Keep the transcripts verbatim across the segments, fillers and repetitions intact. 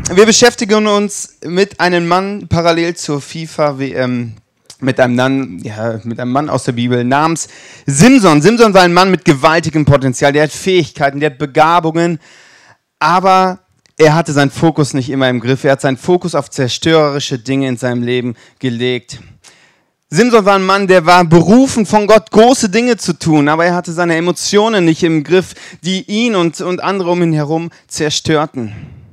Wir beschäftigen uns mit einem Mann parallel zur FIFA-W M, mit einem Mann, ja, mit einem Mann aus der Bibel namens Simson. Simson war ein Mann mit gewaltigem Potenzial, der hat Fähigkeiten, der hat Begabungen, aber er hatte seinen Fokus nicht immer im Griff. Er hat seinen Fokus auf zerstörerische Dinge in seinem Leben gelegt. Simson war ein Mann, der war berufen von Gott, große Dinge zu tun, aber er hatte seine Emotionen nicht im Griff, die ihn und, und andere um ihn herum zerstörten.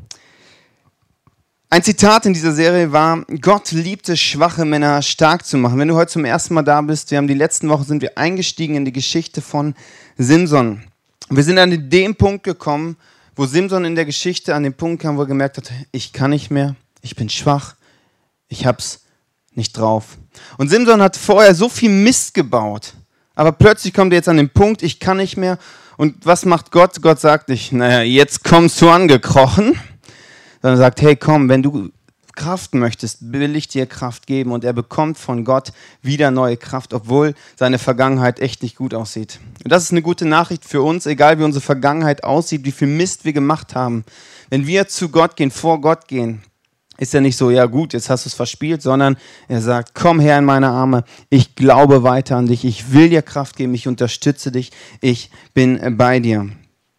Ein Zitat in dieser Serie war: Gott liebte schwache Männer stark zu machen. Wenn du heute zum ersten Mal da bist, wir haben die letzten Wochen sind wir eingestiegen in die Geschichte von Simson. Wir sind an den Punkt gekommen, wo Simson in der Geschichte an den Punkt kam, wo er gemerkt hat, ich kann nicht mehr, ich bin schwach, ich hab's nicht drauf. Und Simson hat vorher so viel Mist gebaut, aber plötzlich kommt er jetzt an den Punkt, ich kann nicht mehr. Und was macht Gott? Gott sagt nicht, naja, jetzt kommst du angekrochen, sondern sagt, hey komm, wenn du Kraft möchtest, will ich dir Kraft geben. Und er bekommt von Gott wieder neue Kraft, obwohl seine Vergangenheit echt nicht gut aussieht. Und das ist eine gute Nachricht für uns, egal wie unsere Vergangenheit aussieht, wie viel Mist wir gemacht haben. Wenn wir zu Gott gehen, vor Gott gehen, ist er nicht so, ja gut, jetzt hast du es verspielt, sondern er sagt, komm her in meine Arme, ich glaube weiter an dich, ich will dir Kraft geben, ich unterstütze dich, ich bin bei dir.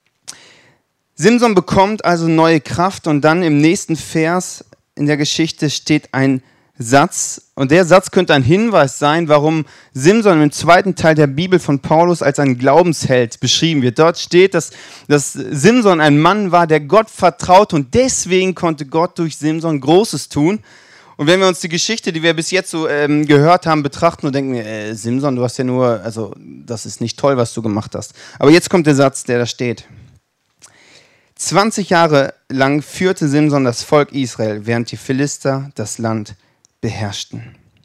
Simson bekommt also neue Kraft und dann im nächsten Vers in der Geschichte steht ein Satz und der Satz könnte ein Hinweis sein, warum Simson im zweiten Teil der Bibel von Paulus als ein Glaubensheld beschrieben wird. Dort steht, dass, dass Simson ein Mann war, der Gott vertraut und deswegen konnte Gott durch Simson Großes tun. Und wenn wir uns die Geschichte, die wir bis jetzt so ähm, gehört haben, betrachten und denken, äh, Simson, du hast ja nur, also das ist nicht toll, was du gemacht hast. Aber jetzt kommt der Satz, der da steht. zwanzig Jahre lang führte Simson das Volk Israel, während die Philister das Land beherrschten.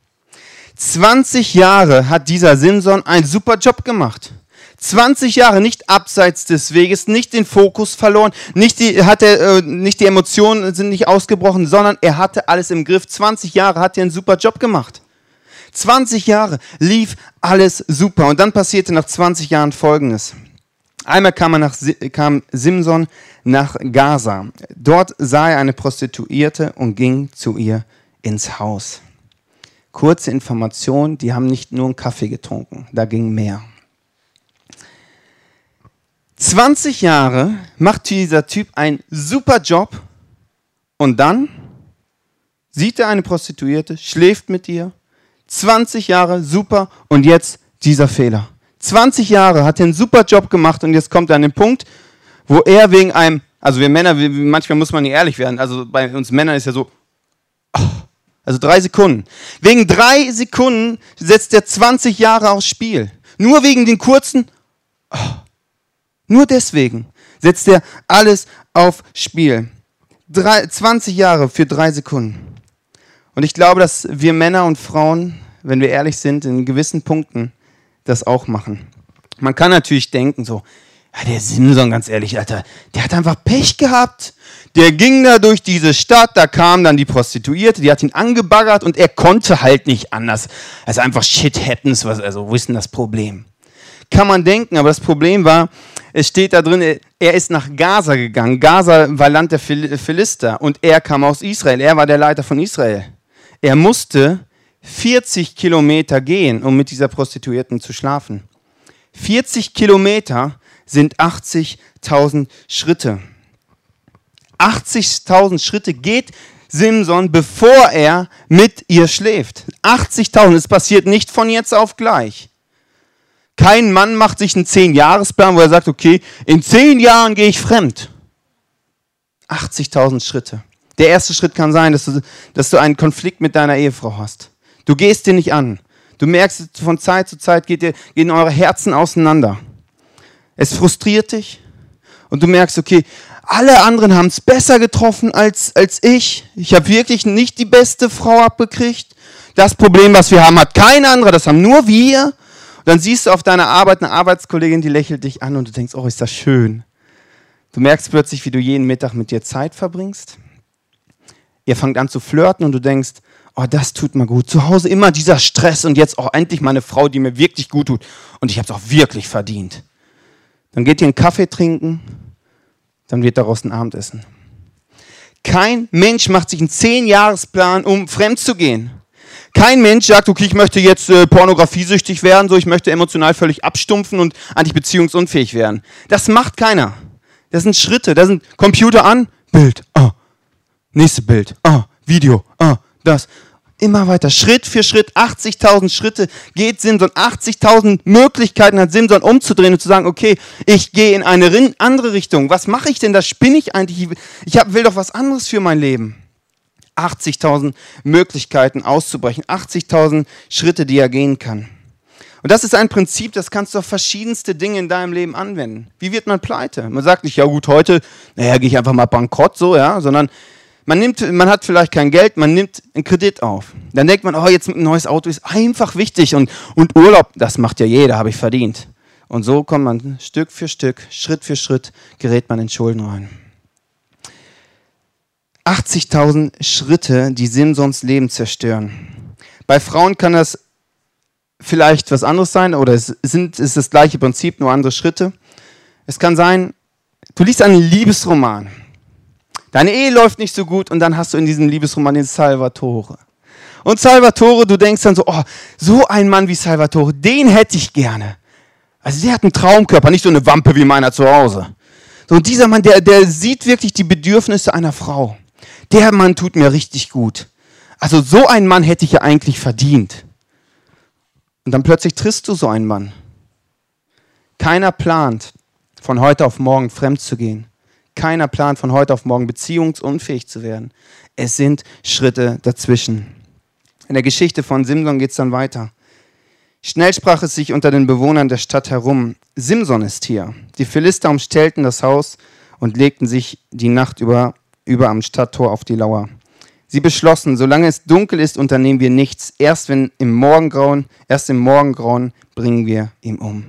zwanzig Jahre hat dieser Simson einen super Job gemacht. zwanzig Jahre nicht abseits des Weges, nicht den Fokus verloren, nicht die, hat er, äh, nicht die Emotionen sind nicht ausgebrochen, sondern er hatte alles im Griff. zwanzig Jahre hat er einen super Job gemacht. zwanzig Jahre lief alles super. Und dann passierte nach zwanzig Jahren Folgendes. Einmal kam, er nach, kam Simson nach Gaza. Dort sah er eine Prostituierte und ging zu ihr ins Haus. Kurze Information, die haben nicht nur einen Kaffee getrunken, da ging mehr. zwanzig Jahre macht dieser Typ einen super Job und dann sieht er eine Prostituierte, schläft mit ihr. zwanzig Jahre super und jetzt dieser Fehler. zwanzig Jahre hat er einen super Job gemacht und jetzt kommt er an den Punkt, wo er wegen einem, also wir Männer, wir, manchmal muss man nicht ehrlich werden, also bei uns Männern ist ja so, oh, also drei Sekunden. Wegen drei Sekunden setzt er zwanzig Jahre aufs Spiel. Nur wegen den kurzen, oh, nur deswegen setzt er alles aufs Spiel. Drei, zwanzig Jahre für drei Sekunden. Und ich glaube, dass wir Männer und Frauen, wenn wir ehrlich sind, in gewissen Punkten das auch machen. Man kann natürlich denken so, ja, der Simson, ganz ehrlich, Alter, der hat einfach Pech gehabt. Der ging da durch diese Stadt, da kam dann die Prostituierte, die hat ihn angebaggert und er konnte halt nicht anders. Also einfach shit happens, was, also wo ist denn das Problem? Kann man denken, aber das Problem war, es steht da drin, er ist nach Gaza gegangen. Gaza war Land der Philister und er kam aus Israel. Er war der Leiter von Israel. Er musste vierzig Kilometer gehen, um mit dieser Prostituierten zu schlafen. vierzig Kilometer sind achtzigtausend Schritte. achtzigtausend Schritte geht Simson, bevor er mit ihr schläft. achtzigtausend, es passiert nicht von jetzt auf gleich. Kein Mann macht sich einen zehn-Jahres-Plan, wo er sagt, okay, in zehn Jahren gehe ich fremd. achtzigtausend Schritte. Der erste Schritt kann sein, dass du, dass du einen Konflikt mit deiner Ehefrau hast. Du gehst dir nicht an. Du merkst, von Zeit zu Zeit geht dir, gehen eure Herzen auseinander. Es frustriert dich und du merkst, okay, alle anderen haben es besser getroffen als, als ich. Ich habe wirklich nicht die beste Frau abgekriegt. Das Problem, was wir haben, hat kein anderer, das haben nur wir. Und dann siehst du auf deiner Arbeit eine Arbeitskollegin, die lächelt dich an und du denkst, oh, ist das schön. Du merkst plötzlich, wie du jeden Mittag mit dir Zeit verbringst. Ihr fangt an zu flirten und du denkst, oh, das tut mir gut. Zu Hause immer dieser Stress und jetzt auch endlich mal eine Frau, die mir wirklich gut tut. Und ich habe es auch wirklich verdient. Dann geht ihr einen Kaffee trinken, dann wird daraus ein Abendessen. Kein Mensch macht sich einen zehn-Jahres-Plan, um fremd zu gehen. Kein Mensch sagt, okay, ich möchte jetzt äh, pornografiesüchtig werden, so ich möchte emotional völlig abstumpfen und eigentlich beziehungsunfähig werden. Das macht keiner. Das sind Schritte, das sind Computer an, Bild, ah, nächste Bild, ah, Video, ah, das. Immer weiter, Schritt für Schritt, achtzigtausend Schritte geht Simson, achtzigtausend Möglichkeiten hat Simson umzudrehen und zu sagen, okay, ich gehe in eine andere Richtung. Was mache ich denn, da spinne ich eigentlich, ich hab, will doch was anderes für mein Leben. achtzigtausend Möglichkeiten auszubrechen, achtzigtausend Schritte, die er gehen kann. Und das ist ein Prinzip, das kannst du auf verschiedenste Dinge in deinem Leben anwenden. Wie wird man pleite? Man sagt nicht, ja gut, heute, naja, gehe ich einfach mal bankrott, so, ja, sondern man nimmt, man hat vielleicht kein Geld, man nimmt einen Kredit auf. Dann denkt man, oh, jetzt ein neues Auto ist einfach wichtig und, und Urlaub, das macht ja jeder, habe ich verdient. Und so kommt man Stück für Stück, Schritt für Schritt, gerät man in Schulden rein. achtzigtausend Schritte, die Simsons Leben zerstören. Bei Frauen kann das vielleicht was anderes sein oder es sind, ist das gleiche Prinzip, nur andere Schritte. Es kann sein, du liest einen Liebesroman. Deine Ehe läuft nicht so gut und dann hast du in diesem Liebesroman den Salvatore. Und Salvatore, du denkst dann so, oh, so ein Mann wie Salvatore, den hätte ich gerne. Also der hat einen Traumkörper, nicht so eine Wampe wie meiner zu Hause. So, und dieser Mann, der, der sieht wirklich die Bedürfnisse einer Frau. Der Mann tut mir richtig gut. Also so einen Mann hätte ich ja eigentlich verdient. Und dann plötzlich triffst du so einen Mann. Keiner plant, von heute auf morgen fremd zu gehen. Keiner plant, von heute auf morgen beziehungsunfähig zu werden. Es sind Schritte dazwischen. In der Geschichte von Simson geht es dann weiter. Schnell sprach es sich unter den Bewohnern der Stadt herum. Simson ist hier. Die Philister umstellten das Haus und legten sich die Nacht über, über am Stadttor auf die Lauer. Sie beschlossen, solange es dunkel ist, unternehmen wir nichts. Erst wenn im Morgengrauen, erst im Morgengrauen bringen wir ihn um.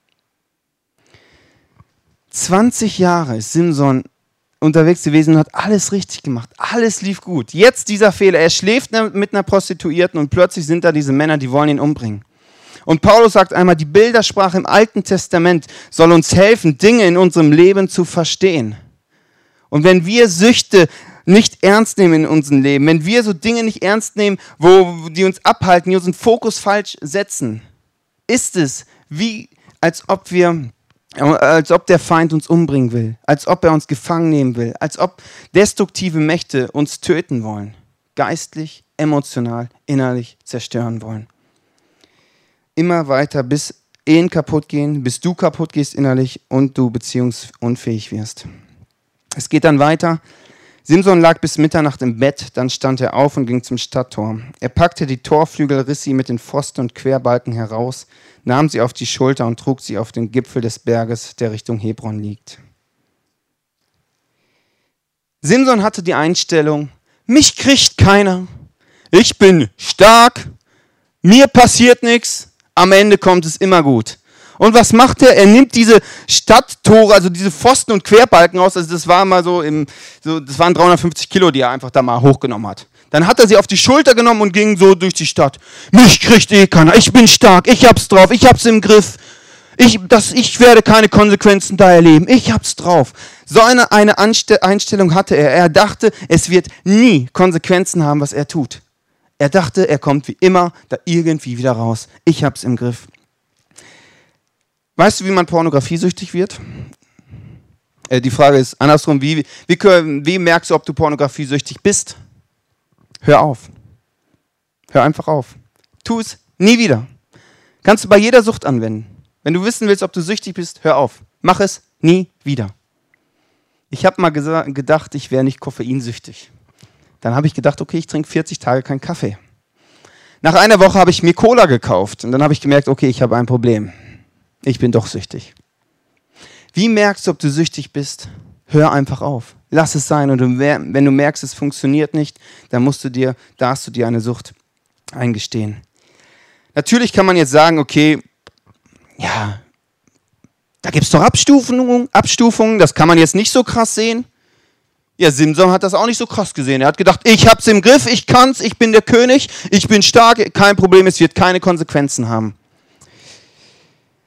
zwanzig Jahre ist Simson unterwegs gewesen und hat alles richtig gemacht. Alles lief gut. Jetzt dieser Fehler. Er schläft mit einer Prostituierten und plötzlich sind da diese Männer, die wollen ihn umbringen. Und Paulus sagt einmal, die Bildersprache im Alten Testament soll uns helfen, Dinge in unserem Leben zu verstehen. Und wenn wir Süchte nicht ernst nehmen in unserem Leben, wenn wir so Dinge nicht ernst nehmen, wo die uns abhalten, die unseren Fokus falsch setzen, ist es wie, als ob wir als ob der Feind uns umbringen will, als ob er uns gefangen nehmen will, als ob destruktive Mächte uns töten wollen, geistlich, emotional, innerlich zerstören wollen. Immer weiter, bis Ehen kaputt gehen, bis du kaputt gehst innerlich und du beziehungsunfähig wirst. Es geht dann weiter. Simson lag bis Mitternacht im Bett, dann stand er auf und ging zum Stadttor. Er packte die Torflügel, riss sie mit den Pfosten und Querbalken heraus, nahm sie auf die Schulter und trug sie auf den Gipfel des Berges, der Richtung Hebron liegt. Simson hatte die Einstellung, mich kriegt keiner, ich bin stark, mir passiert nichts, am Ende kommt es immer gut. Und was macht er? Er nimmt diese Stadttore, also diese Pfosten und Querbalken raus, also das war mal so, im, so das waren dreihundertfünfzig Kilo, die er einfach da mal hochgenommen hat. Dann hat er sie auf die Schulter genommen und ging so durch die Stadt. Mich kriegt eh keiner, ich bin stark, ich hab's drauf, ich hab's im Griff. Ich, das, ich werde keine Konsequenzen da erleben, ich hab's drauf. So eine, eine Anste- Einstellung hatte er. Er dachte, es wird nie Konsequenzen haben, was er tut. Er dachte, er kommt wie immer da irgendwie wieder raus. Ich hab's im Griff. Weißt du, wie man pornografiesüchtig wird? Äh, die Frage ist andersrum, wie, wie, wie merkst du, ob du pornografiesüchtig bist? Hör auf. Hör einfach auf. Tu es nie wieder. Kannst du bei jeder Sucht anwenden. Wenn du wissen willst, ob du süchtig bist, hör auf. Mach es nie wieder. Ich habe mal gesa- gedacht, ich wäre nicht koffeinsüchtig. Dann habe ich gedacht, okay, ich trinke vierzig Tage keinen Kaffee. Nach einer Woche habe ich mir Cola gekauft und dann habe ich gemerkt, okay, ich habe ein Problem. Ich bin doch süchtig. Wie merkst du, ob du süchtig bist? Hör einfach auf. Lass es sein. Und wenn du merkst, es funktioniert nicht, dann musst du dir, darfst du dir eine Sucht eingestehen. Natürlich kann man jetzt sagen, okay, ja, da gibt es doch Abstufungen, Abstufungen, das kann man jetzt nicht so krass sehen. Ja, Simson hat das auch nicht so krass gesehen. Er hat gedacht, ich hab's im Griff, ich kann's, ich bin der König, ich bin stark, kein Problem, es wird keine Konsequenzen haben.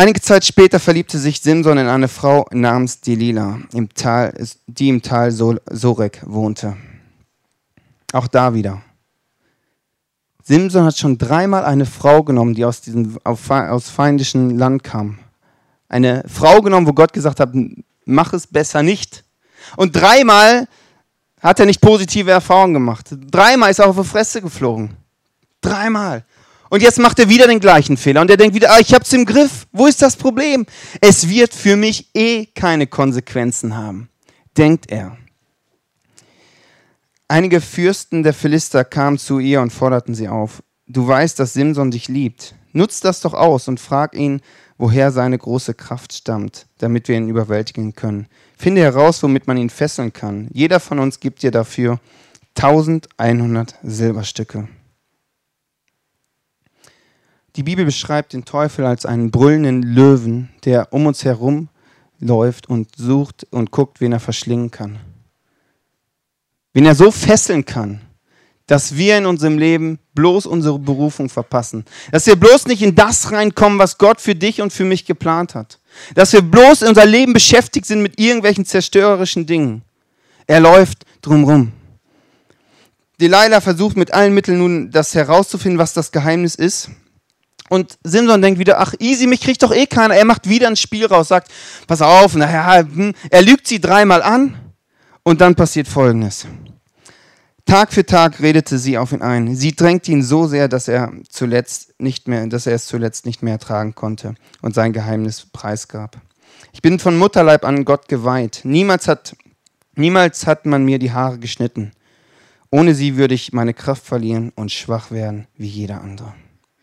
Einige Zeit später verliebte sich Simson in eine Frau namens Delila, im Tal, die im Tal Sorek wohnte. Auch da wieder. Simson hat schon dreimal eine Frau genommen, die aus diesem aus feindischen Land kam. Eine Frau genommen, wo Gott gesagt hat, mach es besser nicht. Und dreimal hat er nicht positive Erfahrungen gemacht. Dreimal ist er auf die Fresse geflogen. Dreimal. Und jetzt macht er wieder den gleichen Fehler. Und er denkt wieder, ah, ich hab's im Griff. Wo ist das Problem? Es wird für mich eh keine Konsequenzen haben, denkt er. Einige Fürsten der Philister kamen zu ihr und forderten sie auf. Du weißt, dass Simson dich liebt. Nutz das doch aus und frag ihn, woher seine große Kraft stammt, damit wir ihn überwältigen können. Finde heraus, womit man ihn fesseln kann. Jeder von uns gibt dir dafür eintausendeinhundert Silberstücke. Die Bibel beschreibt den Teufel als einen brüllenden Löwen, der um uns herum läuft und sucht und guckt, wen er verschlingen kann. Wen er so fesseln kann, dass wir in unserem Leben bloß unsere Berufung verpassen. Dass wir bloß nicht in das reinkommen, was Gott für dich und für mich geplant hat. Dass wir bloß in unser Leben beschäftigt sind mit irgendwelchen zerstörerischen Dingen. Er läuft drumrum. Delila versucht mit allen Mitteln nun, das herauszufinden, was das Geheimnis ist. Und Simson denkt wieder, ach easy, mich kriegt doch eh keiner. Er macht wieder ein Spiel raus, sagt, pass auf, naja, hm. Er lügt sie dreimal an und dann passiert Folgendes. Tag für Tag redete sie auf ihn ein. Sie drängte ihn so sehr, dass er zuletzt nicht mehr, dass er es zuletzt nicht mehr ertragen konnte und sein Geheimnis preisgab. Ich bin von Mutterleib an Gott geweiht. Niemals hat, niemals hat man mir die Haare geschnitten. Ohne sie würde ich meine Kraft verlieren und schwach werden wie jeder andere.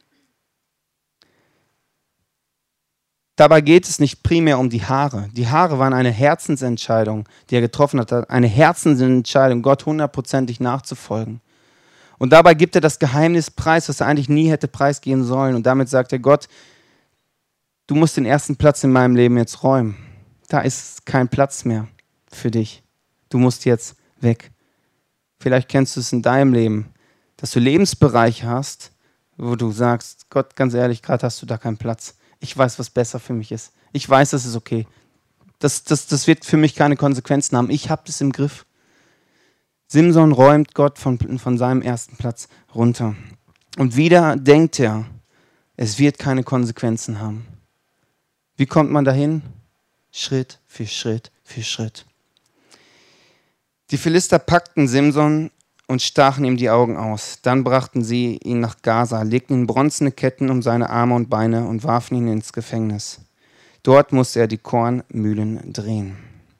Dabei geht es nicht primär um die Haare. Die Haare waren eine Herzensentscheidung, die er getroffen hat. Eine Herzensentscheidung, Gott hundertprozentig nachzufolgen. Und dabei gibt er das Geheimnis preis, was er eigentlich nie hätte preisgeben sollen. Und damit sagt er, Gott, du musst den ersten Platz in meinem Leben jetzt räumen. Da ist kein Platz mehr für dich. Du musst jetzt weg. Vielleicht kennst du es in deinem Leben, dass du Lebensbereiche hast, wo du sagst, Gott, ganz ehrlich, gerade hast du da keinen Platz. Ich weiß, was besser für mich ist. Ich weiß, das ist okay. Das, das, das wird für mich keine Konsequenzen haben. Ich habe das im Griff. Simson räumt Gott von, von seinem ersten Platz runter. Und wieder denkt er, es wird keine Konsequenzen haben. Wie kommt man dahin? Schritt für Schritt für Schritt. Die Philister packten Simson und stachen ihm die Augen aus. Dann brachten sie ihn nach Gaza, legten ihm bronzene Ketten um seine Arme und Beine und warfen ihn ins Gefängnis. Dort musste er die Kornmühlen drehen.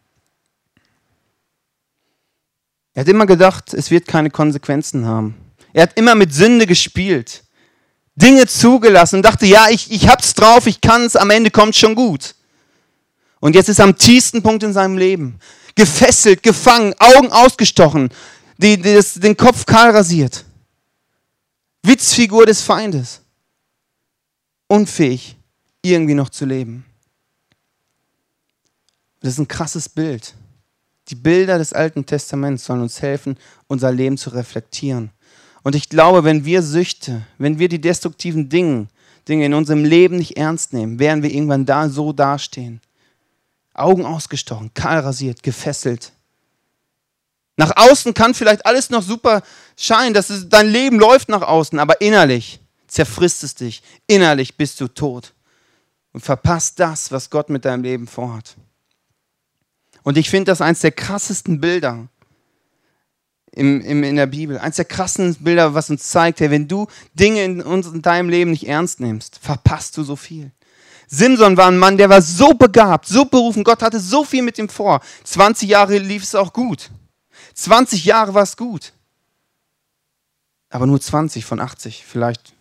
Er hat immer gedacht, es wird keine Konsequenzen haben. Er hat immer mit Sünde gespielt, Dinge zugelassen und dachte, ja, ich, ich hab's drauf, ich kann's, am Ende kommt's schon gut. Und jetzt ist er am tiefsten Punkt in seinem Leben. Gefesselt, gefangen, Augen ausgestochen, Die, die das, den Kopf kahl rasiert. Witzfigur des Feindes. Unfähig, irgendwie noch zu leben. Das ist ein krasses Bild. Die Bilder des Alten Testaments sollen uns helfen, unser Leben zu reflektieren. Und ich glaube, wenn wir Süchte, wenn wir die destruktiven Dinge, Dinge in unserem Leben nicht ernst nehmen, werden wir irgendwann da so dastehen. Augen ausgestochen, kahl rasiert, gefesselt. Nach außen kann vielleicht alles noch super scheinen, dass es, dein Leben läuft nach außen, aber innerlich zerfrisst es dich. Innerlich bist du tot und verpasst das, was Gott mit deinem Leben vorhat. Und ich finde das eins der krassesten Bilder im, im, in der Bibel. Eins der krassesten Bilder, was uns zeigt, hey, wenn du Dinge in, uns, in deinem Leben nicht ernst nimmst, verpasst du so viel. Simson war ein Mann, der war so begabt, so berufen. Gott hatte so viel mit ihm vor. zwanzig Jahre lief es auch gut. zwanzig Jahre war es gut. Aber nur zwanzig von achtzig vielleicht.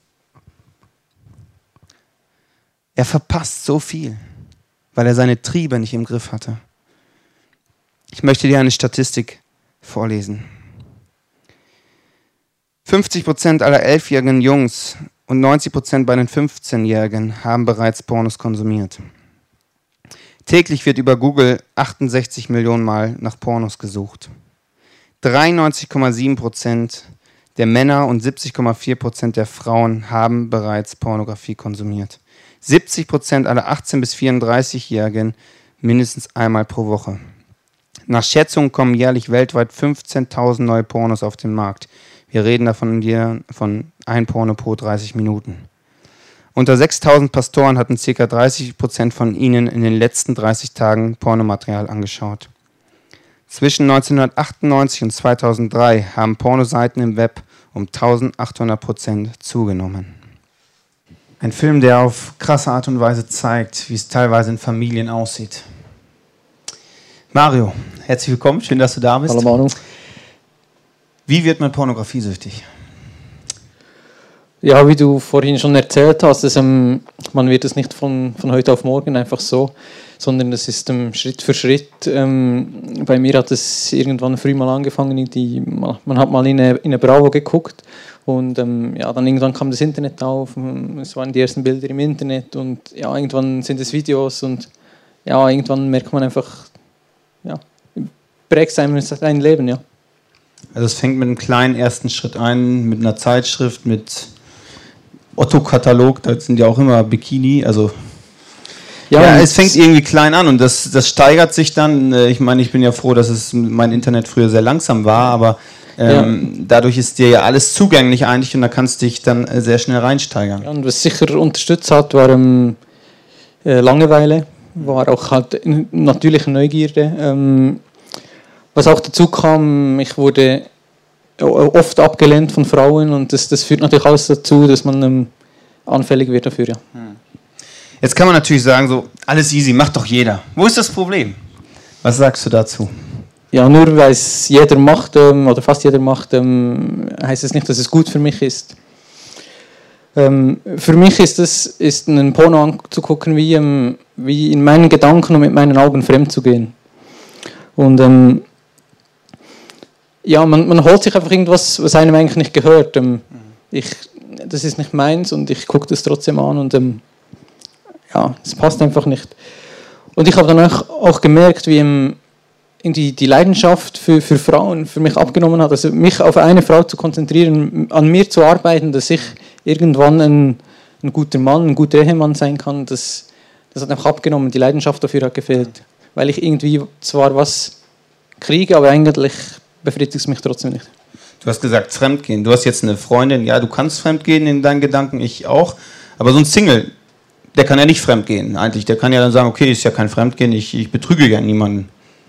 Er verpasst so viel, weil er seine Triebe nicht im Griff hatte. Ich möchte dir eine Statistik vorlesen. fünfzig Prozent aller elfjährigen Jungs und neunzig Prozent bei den fünfzehnjährigen haben bereits Pornos konsumiert. Täglich wird über Google achtundsechzig Millionen Mal nach Pornos gesucht. dreiundneunzig Komma sieben Prozent der Männer und siebzig Komma vier Prozent der Frauen haben bereits Pornografie konsumiert. siebzig Prozent aller achtzehn- bis vierunddreißigjährigen mindestens einmal pro Woche. Nach Schätzungen kommen jährlich weltweit fünfzehntausend neue Pornos auf den Markt. Wir reden davon hier von ein Porno pro dreißig Minuten. Unter sechstausend Pastoren hatten ca. dreißig Prozent von ihnen in den letzten dreißig Tagen Pornomaterial angeschaut. Zwischen neunzehnhundertachtundneunzig und zweitausenddrei haben Pornoseiten im Web um eintausendachthundert Prozent zugenommen. Ein Film, der auf krasse Art und Weise zeigt, wie es teilweise in Familien aussieht. Mario, herzlich willkommen, schön, dass du da bist. Hallo Manu. Wie wird man pornografiesüchtig? Ja, wie du vorhin schon erzählt hast, dass, ähm, man wird es nicht von, von heute auf morgen einfach so, sondern das ist ähm, Schritt für Schritt. Ähm, bei mir hat es irgendwann früh mal angefangen, die, man hat mal in eine, in eine Bravo geguckt und ähm, ja, dann irgendwann kam das Internet auf, es waren die ersten Bilder im Internet und ja, irgendwann sind es Videos und ja, irgendwann merkt man einfach, ja, prägt sein, sein Leben, ja. Also es fängt mit einem kleinen ersten Schritt ein, mit einer Zeitschrift, mit Otto-Katalog, da sind ja auch immer Bikini, also ja, ja es fängt irgendwie klein an und das, das steigert sich dann. Ich meine, ich bin ja froh, dass es mein Internet früher sehr langsam war, aber ähm, ja. dadurch ist dir ja alles zugänglich eigentlich und da kannst du dich dann sehr schnell reinsteigern. Ja, und was sicher unterstützt hat, war ähm, äh, Langeweile, war auch halt natürliche Neugierde. Ähm, was auch dazu kam, ich wurde oft abgelehnt von Frauen und das, das führt natürlich alles dazu, dass man ähm, anfällig wird dafür. Ja. Jetzt kann man natürlich sagen, so alles easy, macht doch jeder. Wo ist das Problem? Was sagst du dazu? Ja, nur weil es jeder macht ähm, oder fast jeder macht, ähm, heißt es nicht, dass es gut für mich ist. Ähm, für mich ist es ist einen Porno anzugucken, wie, ähm, wie in meinen Gedanken und mit meinen Augen fremd zu gehen. Und ähm, ja, man, man holt sich einfach irgendwas, was einem eigentlich nicht gehört. Ähm, ich, das ist nicht meins und ich gucke das trotzdem an und ähm, ja, es passt einfach nicht. Und ich habe dann auch, auch gemerkt, wie ähm, die, die Leidenschaft für, für Frauen für mich abgenommen hat. Also mich auf eine Frau zu konzentrieren, an mir zu arbeiten, dass ich irgendwann ein, ein guter Mann, ein guter Ehemann sein kann, das, das hat einfach abgenommen. Die Leidenschaft dafür hat gefehlt. Weil ich irgendwie zwar was kriege, aber eigentlich befriedigt es mich trotzdem nicht. Du hast gesagt, Fremdgehen. Du hast jetzt eine Freundin, ja, du kannst fremdgehen in deinen Gedanken, ich auch. Aber so ein Single, der kann ja nicht fremdgehen eigentlich. Der kann ja dann sagen, okay, ist ja kein Fremdgehen, ich, ich betrüge ja niemanden.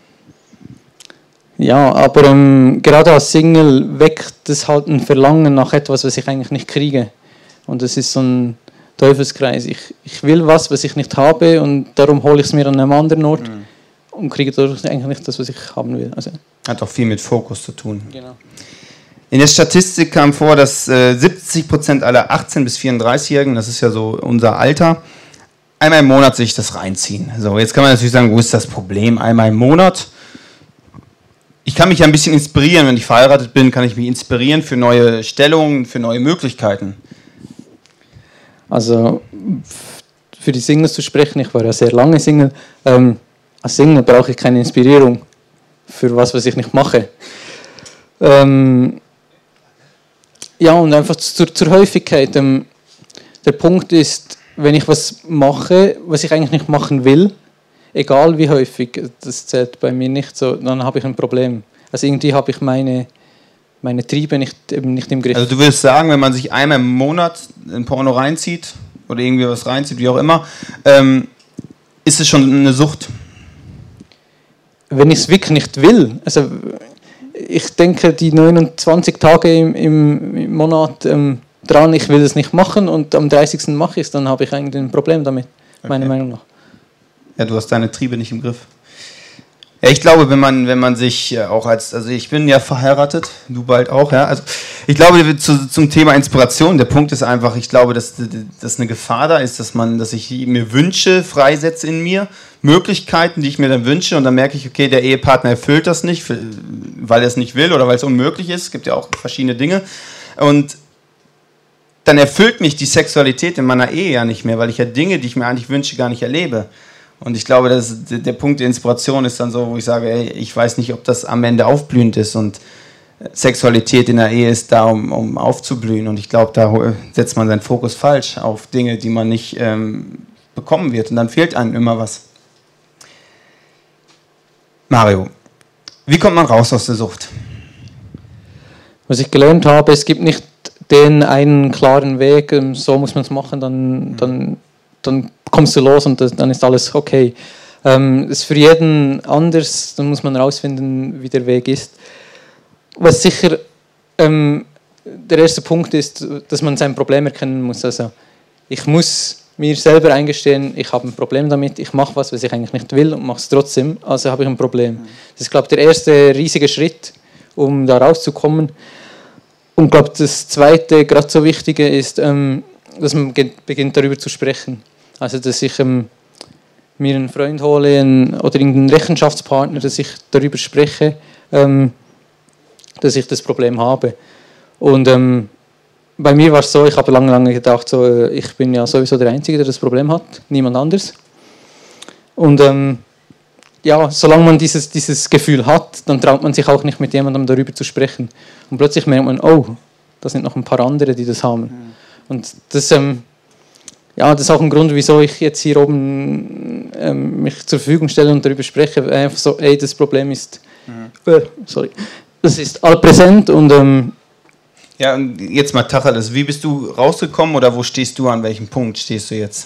Ja, aber ähm, gerade als Single weckt das halt ein Verlangen nach etwas, was ich eigentlich nicht kriege. Und das ist so ein Teufelskreis. Ich, ich will was, was ich nicht habe und darum hole ich es mir an einem anderen Ort. Mhm. Und kriege dadurch eigentlich nicht das, was ich haben will. Also hat auch viel mit Fokus zu tun. Genau. In der Statistik kam vor, dass äh, siebzig Prozent aller achtzehn- bis vierunddreißigjährigen, das ist ja so unser Alter, einmal im Monat sich das reinziehen. So, jetzt kann man natürlich sagen, wo ist das Problem? Einmal im Monat. Ich kann mich ja ein bisschen inspirieren, wenn ich verheiratet bin, kann ich mich inspirieren für neue Stellungen, für neue Möglichkeiten. Also für die Singles zu sprechen, ich war ja sehr lange Single, ähm, als Single brauche ich keine Inspirierung für was, was ich nicht mache. Ähm, ja, und einfach zur, zur Häufigkeit. Ähm, der Punkt ist, wenn ich was mache, was ich eigentlich nicht machen will, egal wie häufig, das zählt bei mir nicht so, dann habe ich ein Problem. Also irgendwie habe ich meine, meine Triebe nicht, eben nicht im Griff. Also du würdest sagen, wenn man sich einmal im Monat ein Porno reinzieht oder irgendwie was reinzieht, wie auch immer, ähm, ist es schon eine Sucht? Wenn ich es wirklich nicht will, also ich denke die neunundzwanzig Tage im, im, im Monat ähm, dran, ich will es nicht machen und am dreißigsten mache ich es, dann habe ich eigentlich ein Problem damit, okay. Meiner Meinung nach. Ja, du hast deine Triebe nicht im Griff. Ja, ich glaube, wenn man, wenn man sich auch als, also ich bin ja verheiratet, du bald auch, ja. Also ich glaube, zu, zum Thema Inspiration, der Punkt ist einfach, ich glaube, dass, dass eine Gefahr da ist, dass man, dass ich mir Wünsche freisetze in mir, Möglichkeiten, die ich mir dann wünsche, und dann merke ich, okay, der Ehepartner erfüllt das nicht, weil er es nicht will oder weil es unmöglich ist. Es gibt ja auch verschiedene Dinge. Und dann erfüllt mich die Sexualität in meiner Ehe ja nicht mehr, weil ich ja Dinge, die ich mir eigentlich wünsche, gar nicht erlebe. Und ich glaube, dass der Punkt der Inspiration ist dann so, wo ich sage, ey, ich weiß nicht, ob das am Ende aufblühend ist. Und Sexualität in der Ehe ist da, um, um aufzublühen. Und ich glaube, da setzt man seinen Fokus falsch auf Dinge, die man nicht ähm, bekommen wird. Und dann fehlt einem immer was. Mario, wie kommt man raus aus der Sucht? Was ich gelernt habe, es gibt nicht den einen klaren Weg, so muss man es machen, dann, dann, dann kommst du los und das, dann ist alles okay. Ähm, das ist für jeden anders, dann muss man herausfinden, wie der Weg ist. Was sicher ähm, der erste Punkt ist, dass man sein Problem erkennen muss. Also ich muss mir selber eingestehen, ich habe ein Problem damit, ich mache was, was ich eigentlich nicht will und mache es trotzdem, also habe ich ein Problem. Das ist, glaube ich, der erste riesige Schritt, um da rauszukommen. Und ich glaube, das zweite, gerade so wichtige, ist, ähm, dass man beginnt, darüber zu sprechen. Also, dass ich ähm, mir einen Freund hole einen, oder irgendeinen Rechenschaftspartner, dass ich darüber spreche, ähm, dass ich das Problem habe. Und ähm, bei mir war es so, ich habe lange, lange gedacht, so, ich bin ja sowieso der Einzige, der das Problem hat, niemand anders. Und ähm, ja, solange man dieses, dieses Gefühl hat, dann traut man sich auch nicht mit jemandem darüber zu sprechen. Und plötzlich merkt man, oh, da sind noch ein paar andere, die das haben. Mhm. Und das, ähm, ja, das ist auch ein Grund, wieso ich jetzt hier oben ähm, mich zur Verfügung stelle und darüber spreche. Einfach so, ey, das Problem ist, mhm. äh, sorry, das ist allpräsent und ähm, ja, und jetzt mal Tacheles, wie bist du rausgekommen oder wo stehst du, an welchem Punkt stehst du jetzt?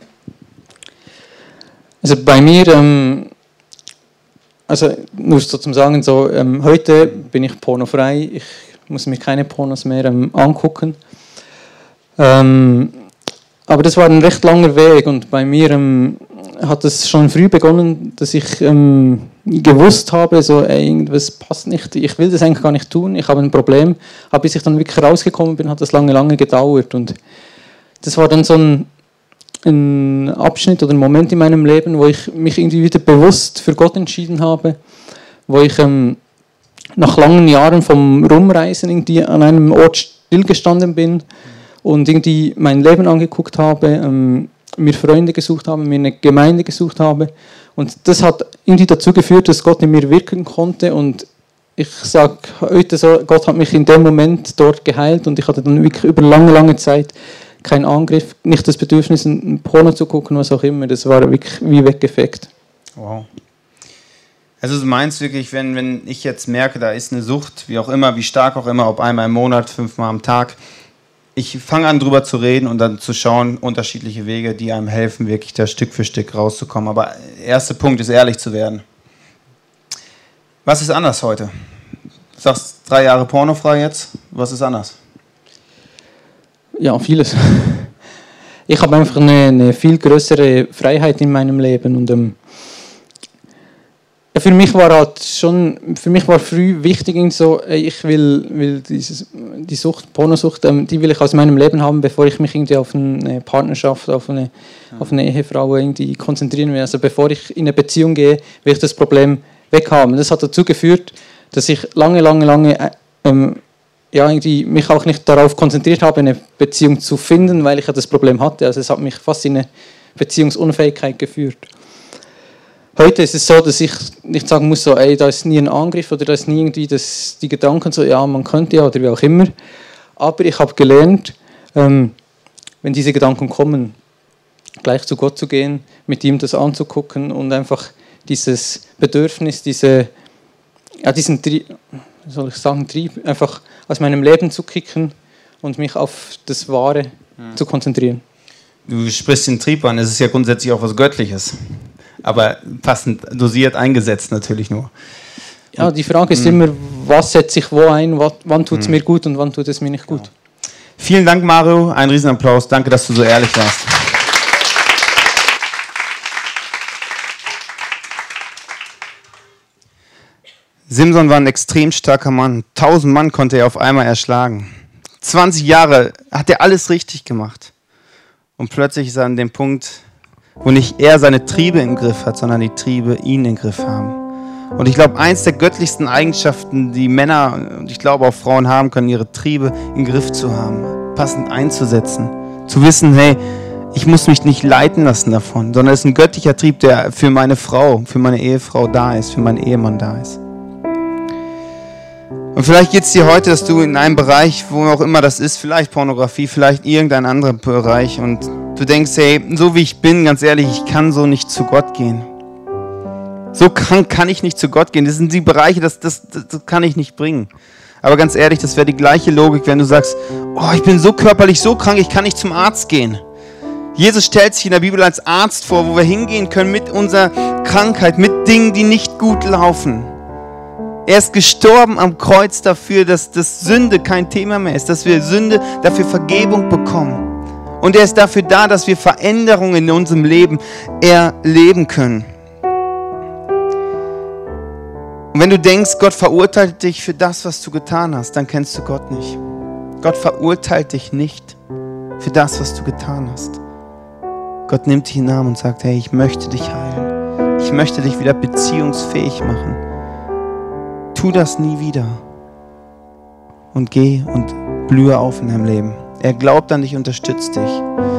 Also bei mir, ähm, also nur so zum Sagen, so, ähm, heute bin ich pornofrei, ich muss mir keine Pornos mehr ähm, angucken. Ähm, aber das war ein recht langer Weg und bei mir ähm, hat es schon früh begonnen, dass ich ähm, gewusst habe, so, ey, irgendwas passt nicht, ich will das eigentlich gar nicht tun, ich habe ein Problem. Aber bis ich dann wirklich rausgekommen bin, hat das lange, lange gedauert. Und das war dann so ein, ein Abschnitt oder ein Moment in meinem Leben, wo ich mich irgendwie wieder bewusst für Gott entschieden habe, wo ich ähm, nach langen Jahren vom Rumreisen irgendwie an einem Ort stillgestanden bin und irgendwie mein Leben angeguckt habe, ähm, mir Freunde gesucht habe, mir eine Gemeinde gesucht habe. Und das hat irgendwie dazu geführt, dass Gott in mir wirken konnte. Und ich sage heute so, Gott hat mich in dem Moment dort geheilt und ich hatte dann wirklich über lange, lange Zeit keinen Angriff, nicht das Bedürfnis, ein Porno zu gucken, was auch immer. Das war wirklich wie weggefegt. Wow. Also du meinst wirklich, wenn, wenn ich jetzt merke, da ist eine Sucht, wie auch immer, wie stark auch immer, ob einmal im Monat, fünfmal am Tag, ich fange an, drüber zu reden und dann zu schauen, unterschiedliche Wege, die einem helfen, wirklich da Stück für Stück rauszukommen. Aber der erste Punkt ist, ehrlich zu werden. Was ist anders heute? Du sagst, drei Jahre pornofrei jetzt. Was ist anders? Ja, vieles. Ich habe einfach eine, eine viel größere Freiheit in meinem Leben und ähm, für mich war halt schon, für mich war früh wichtig, so, ich will, will dieses, die Sucht, Pornosucht, ähm, die will ich aus meinem Leben haben, bevor ich mich irgendwie auf eine Partnerschaft, auf eine, auf eine Ehefrau irgendwie konzentrieren will. Also bevor ich in eine Beziehung gehe, will ich das Problem weghaben. Das hat dazu geführt, dass ich lange, lange, lange ähm, ja, irgendwie mich auch nicht darauf konzentriert habe, eine Beziehung zu finden, weil ich ja das Problem hatte. Also es hat mich fast in eine Beziehungsunfähigkeit geführt. Heute ist es so, dass ich nicht sagen muss, so, ey, da ist nie ein Angriff oder da ist nie irgendwie das, die Gedanken so, ja, man könnte ja oder wie auch immer. Aber ich habe gelernt, ähm, wenn diese Gedanken kommen, gleich zu Gott zu gehen, mit ihm das anzugucken und einfach dieses Bedürfnis, diese, ja, diesen Trieb, wie soll ich sagen, Trieb, einfach aus meinem Leben zu kicken und mich auf das Wahre ja. zu konzentrieren. Du sprichst den Trieb an, es ist ja grundsätzlich auch was Göttliches. Aber passend dosiert eingesetzt natürlich nur. Ja, die Frage ist mhm. immer, was setze ich wo ein, wat, wann tut es mhm. mir gut und wann tut es mir nicht gut. Ja. Vielen Dank, Mario. Ein Riesenapplaus. Danke, dass du so ehrlich warst. Simson war ein extrem starker Mann. Tausend Mann konnte er auf einmal erschlagen. zwanzig Jahre hat er alles richtig gemacht. Und plötzlich ist er an dem Punkt, wo nicht er seine Triebe im Griff hat, sondern die Triebe ihn im Griff haben. Und ich glaube, eins der göttlichsten Eigenschaften, die Männer und ich glaube auch Frauen haben können, ihre Triebe im Griff zu haben, passend einzusetzen. Zu wissen, hey, ich muss mich nicht leiten lassen davon, sondern es ist ein göttlicher Trieb, der für meine Frau, für meine Ehefrau da ist, für meinen Ehemann da ist. Und vielleicht geht es dir heute, dass du in einem Bereich, wo auch immer das ist, vielleicht Pornografie, vielleicht irgendein anderer Bereich und du denkst, hey, so wie ich bin, ganz ehrlich, ich kann so nicht zu Gott gehen. So krank kann ich nicht zu Gott gehen. Das sind die Bereiche, das, das, das kann ich nicht bringen. Aber ganz ehrlich, das wäre die gleiche Logik, wenn du sagst, oh, ich bin so körperlich so krank, ich kann nicht zum Arzt gehen. Jesus stellt sich in der Bibel als Arzt vor, wo wir hingehen können mit unserer Krankheit, mit Dingen, die nicht gut laufen. Er ist gestorben am Kreuz dafür, dass das Sünde kein Thema mehr ist, dass wir Sünde dafür Vergebung bekommen. Und er ist dafür da, dass wir Veränderungen in unserem Leben erleben können. Und wenn du denkst, Gott verurteilt dich für das, was du getan hast, dann kennst du Gott nicht. Gott verurteilt dich nicht für das, was du getan hast. Gott nimmt dich in den Arm und sagt, hey, ich möchte dich heilen. Ich möchte dich wieder beziehungsfähig machen. Tu das nie wieder. Und geh und blühe auf in deinem Leben. Er glaubt an dich, unterstützt dich.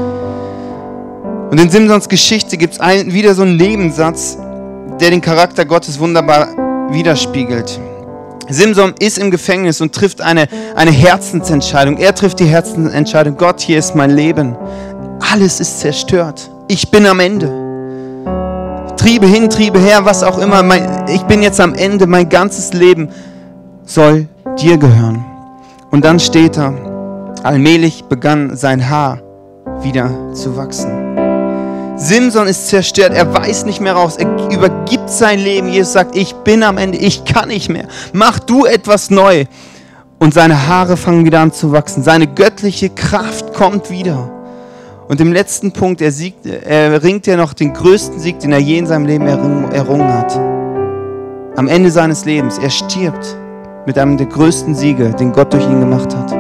Und in Simsons Geschichte gibt es wieder so einen Nebensatz, der den Charakter Gottes wunderbar widerspiegelt. Simson ist im Gefängnis und trifft eine, eine Herzensentscheidung. Er trifft die Herzensentscheidung. Gott, hier ist mein Leben. Alles ist zerstört. Ich bin am Ende. Triebe hin, Triebe her, was auch immer. Mein, ich bin jetzt am Ende. Mein ganzes Leben soll dir gehören. Und dann steht da, allmählich begann sein Haar wieder zu wachsen. Simson ist zerstört, er weiß nicht mehr raus, er übergibt sein Leben. Jesus sagt, ich bin am Ende, ich kann nicht mehr. Mach du etwas neu. Und seine Haare fangen wieder an zu wachsen. Seine göttliche Kraft kommt wieder. Und im letzten Punkt, er, siegt, er ringt ja noch den größten Sieg, den er je in seinem Leben errungen hat. Am Ende seines Lebens, er stirbt mit einem der größten Siege, den Gott durch ihn gemacht hat.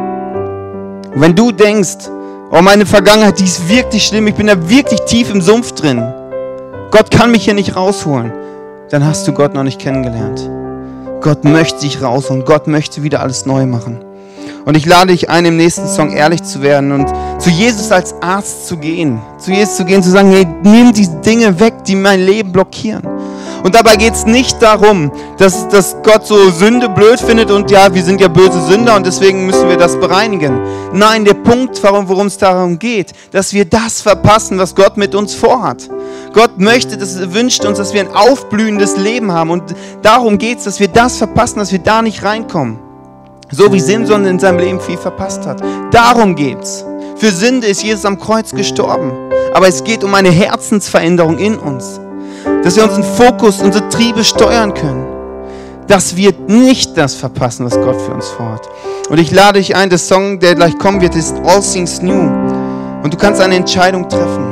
Und wenn du denkst, oh, meine Vergangenheit, die ist wirklich schlimm, ich bin da wirklich tief im Sumpf drin, Gott kann mich hier nicht rausholen, dann hast du Gott noch nicht kennengelernt. Gott möchte dich rausholen, Gott möchte wieder alles neu machen. Und ich lade dich ein, im nächsten Song ehrlich zu werden und zu Jesus als Arzt zu gehen. Zu Jesus zu gehen, zu sagen, hey, nimm die Dinge weg, die mein Leben blockieren. Und dabei geht es nicht darum, dass, dass Gott so Sünde blöd findet und ja, wir sind ja böse Sünder und deswegen müssen wir das bereinigen. Nein, der Punkt, worum es darum geht, dass wir das verpassen, was Gott mit uns vorhat. Gott möchte, das wünscht uns, dass wir ein aufblühendes Leben haben. Und darum geht es, dass wir das verpassen, dass wir da nicht reinkommen. So wie Simson in seinem Leben viel verpasst hat. Darum geht's. Für Sünde ist Jesus am Kreuz gestorben. Aber es geht um eine Herzensveränderung in uns. Dass wir unseren Fokus, unsere Triebe steuern können. Dass wir nicht das verpassen, was Gott für uns vorhat. Und ich lade dich ein, der Song, der gleich kommen wird, ist All Things New. Und du kannst eine Entscheidung treffen.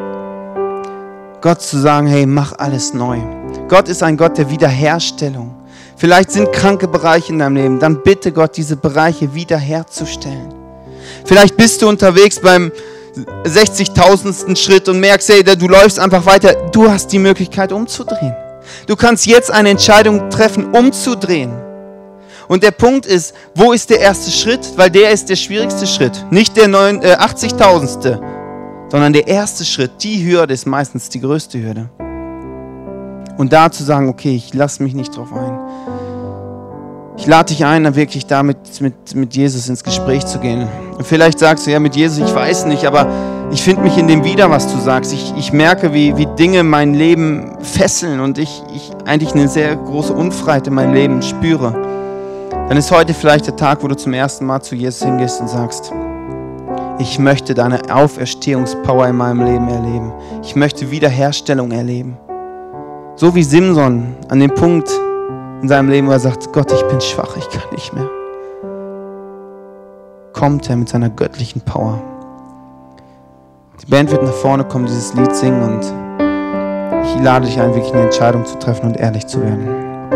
Gott zu sagen, hey, mach alles neu. Gott ist ein Gott der Wiederherstellung. Vielleicht sind kranke Bereiche in deinem Leben. Dann bitte Gott, diese Bereiche wiederherzustellen. Vielleicht bist du unterwegs beim sechzigtausendsten Schritt und merkst, hey, du läufst einfach weiter. Du hast die Möglichkeit umzudrehen. Du kannst jetzt eine Entscheidung treffen, umzudrehen. Und der Punkt ist, wo ist der erste Schritt? Weil der ist der schwierigste Schritt. Nicht der achtzigtausendste, sondern der erste Schritt. Die Hürde ist meistens die größte Hürde. Und da zu sagen, okay, ich lasse mich nicht drauf ein. Ich lade dich ein, da wirklich damit mit, mit Jesus ins Gespräch zu gehen. Und vielleicht sagst du, ja, mit Jesus, ich weiß nicht, aber ich finde mich in dem wieder, was du sagst. Ich, ich merke, wie, wie Dinge mein Leben fesseln und ich, ich eigentlich eine sehr große Unfreiheit in meinem Leben spüre. Dann ist heute vielleicht der Tag, wo du zum ersten Mal zu Jesus hingehst und sagst, ich möchte deine Auferstehungspower in meinem Leben erleben. Ich möchte Wiederherstellung erleben. So wie Simson an dem Punkt in seinem Leben, wo er sagt, Gott, ich bin schwach, ich kann nicht mehr. Kommt er mit seiner göttlichen Power. Die Band wird nach vorne kommen, dieses Lied singen und ich lade dich ein, wirklich eine Entscheidung zu treffen und ehrlich zu werden.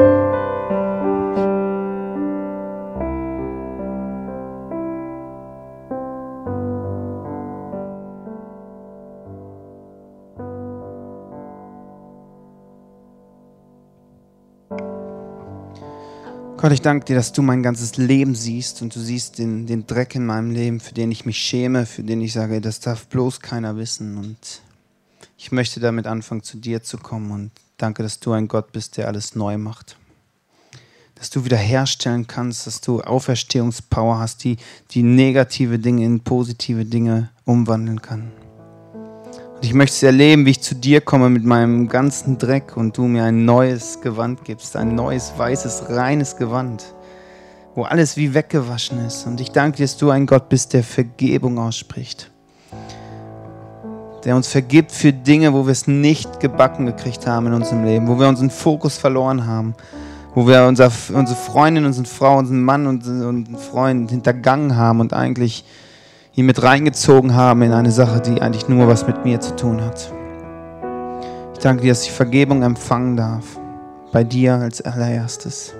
Gott, ich danke dir, dass du mein ganzes Leben siehst und du siehst den, den Dreck in meinem Leben, für den ich mich schäme, für den ich sage, das darf bloß keiner wissen. Und ich möchte damit anfangen, zu dir zu kommen und danke, dass du ein Gott bist, der alles neu macht. dass du wiederherstellen kannst, dass du Auferstehungspower hast, die, die negative Dinge in positive Dinge umwandeln kann. Und ich möchte es erleben, wie ich zu dir komme mit meinem ganzen Dreck und du mir ein neues Gewand gibst, ein neues, weißes, reines Gewand, wo alles wie weggewaschen ist. Und ich danke dir, dass du ein Gott bist, der Vergebung ausspricht. Der uns vergibt für Dinge, wo wir es nicht gebacken gekriegt haben in unserem Leben, wo wir unseren Fokus verloren haben, wo wir unser, unsere Freundin, unsere Frau, unseren Mann und unseren Freund hintergangen haben und eigentlich ihn mit reingezogen haben in eine Sache, die eigentlich nur was mit mir zu tun hat. Ich danke dir, dass ich Vergebung empfangen darf, bei dir als allererstes.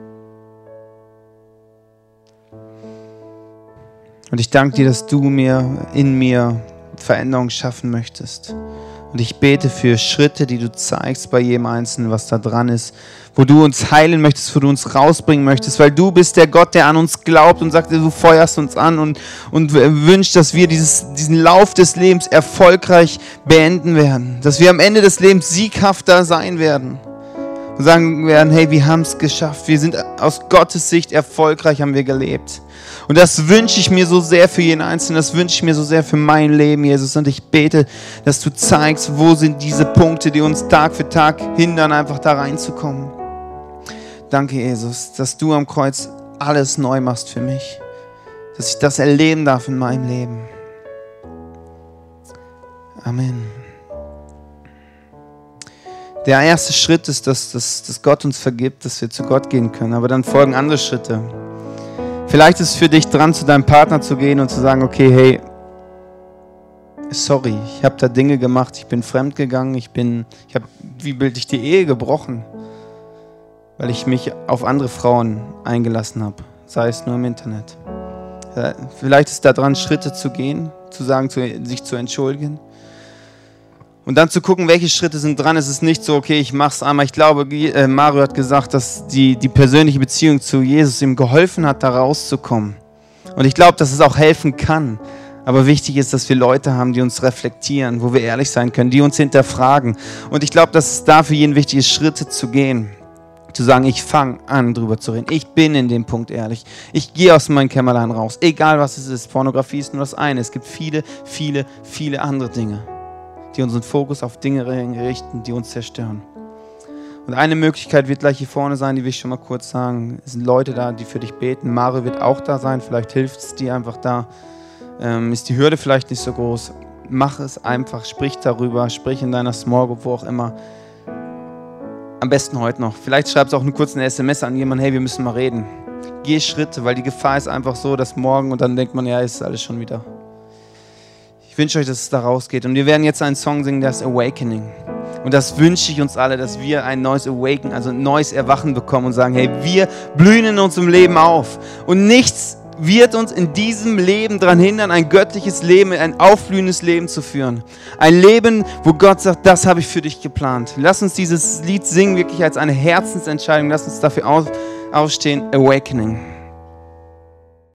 Und ich danke dir, dass du mir, in mir Veränderung schaffen möchtest. Und ich bete für Schritte, die du zeigst bei jedem Einzelnen, was da dran ist, wo du uns heilen möchtest, wo du uns rausbringen möchtest, weil du bist der Gott, der an uns glaubt und sagt, du feuerst uns an und, und wünschst, dass wir dieses, diesen Lauf des Lebens erfolgreich beenden werden, dass wir am Ende des Lebens sieghafter sein werden und sagen werden, hey, wir haben es geschafft, wir sind aus Gottes Sicht erfolgreich, haben wir gelebt. Und das wünsche ich mir so sehr für jeden Einzelnen, das wünsche ich mir so sehr für mein Leben, Jesus. Und ich bete, dass du zeigst, wo sind diese Punkte, die uns Tag für Tag hindern, einfach da reinzukommen. Danke, Jesus, dass du am Kreuz alles neu machst für mich, dass ich das erleben darf in meinem Leben. Amen. Der erste Schritt ist, dass, dass, dass Gott uns vergibt, dass wir zu Gott gehen können. Aber dann folgen andere Schritte. Vielleicht ist es für dich dran, zu deinem Partner zu gehen und zu sagen, okay, hey, sorry, ich habe da Dinge gemacht, ich bin fremd gegangen, ich bin, ich habe wie bildlich die Ehe gebrochen, weil ich mich auf andere Frauen eingelassen habe, sei es nur im Internet. Vielleicht ist da dran, Schritte zu gehen, zu sagen, zu, sich zu entschuldigen. Und dann zu gucken, welche Schritte sind dran. Es ist nicht so, okay, ich mach's einmal. Ich glaube, äh, Mario hat gesagt, dass die, die persönliche Beziehung zu Jesus ihm geholfen hat, da rauszukommen. Und ich glaube, dass es auch helfen kann. Aber wichtig ist, dass wir Leute haben, die uns reflektieren, wo wir ehrlich sein können, die uns hinterfragen. Und ich glaube, dass es da für jeden wichtig ist, Schritte zu gehen. Zu sagen, ich fange an, drüber zu reden. Ich bin in dem Punkt ehrlich. Ich gehe aus meinem Kämmerlein raus. Egal, was es ist. Pornografie ist nur das eine. Es gibt viele, viele, viele andere Dinge, die unseren Fokus auf Dinge richten, die uns zerstören. Und eine Möglichkeit wird gleich hier vorne sein, die will ich schon mal kurz sagen. Es sind Leute da, die für dich beten. Mario wird auch da sein, vielleicht hilft es dir einfach da. Ähm, ist die Hürde vielleicht nicht so groß. Mach es einfach, sprich darüber, sprich in deiner Small Group, wo auch immer. Am besten heute noch. Vielleicht schreibst du auch eine kurze S M S an jemanden, hey, wir müssen mal reden. Geh Schritte, weil die Gefahr ist einfach so, dass morgen und dann denkt man, ja, ist alles schon wieder. Ich wünsche euch, dass es da rausgeht. Und wir werden jetzt einen Song singen, der ist Awakening. Und das wünsche ich uns alle, dass wir ein neues Awaken, also ein neues Erwachen bekommen und sagen, hey, wir blühen in unserem Leben auf. Und nichts wird uns in diesem Leben daran hindern, ein göttliches Leben, ein aufblühendes Leben zu führen. Ein Leben, wo Gott sagt, das habe ich für dich geplant. Lass uns dieses Lied singen, wirklich als eine Herzensentscheidung. Lass uns dafür auf, aufstehen. Awakening.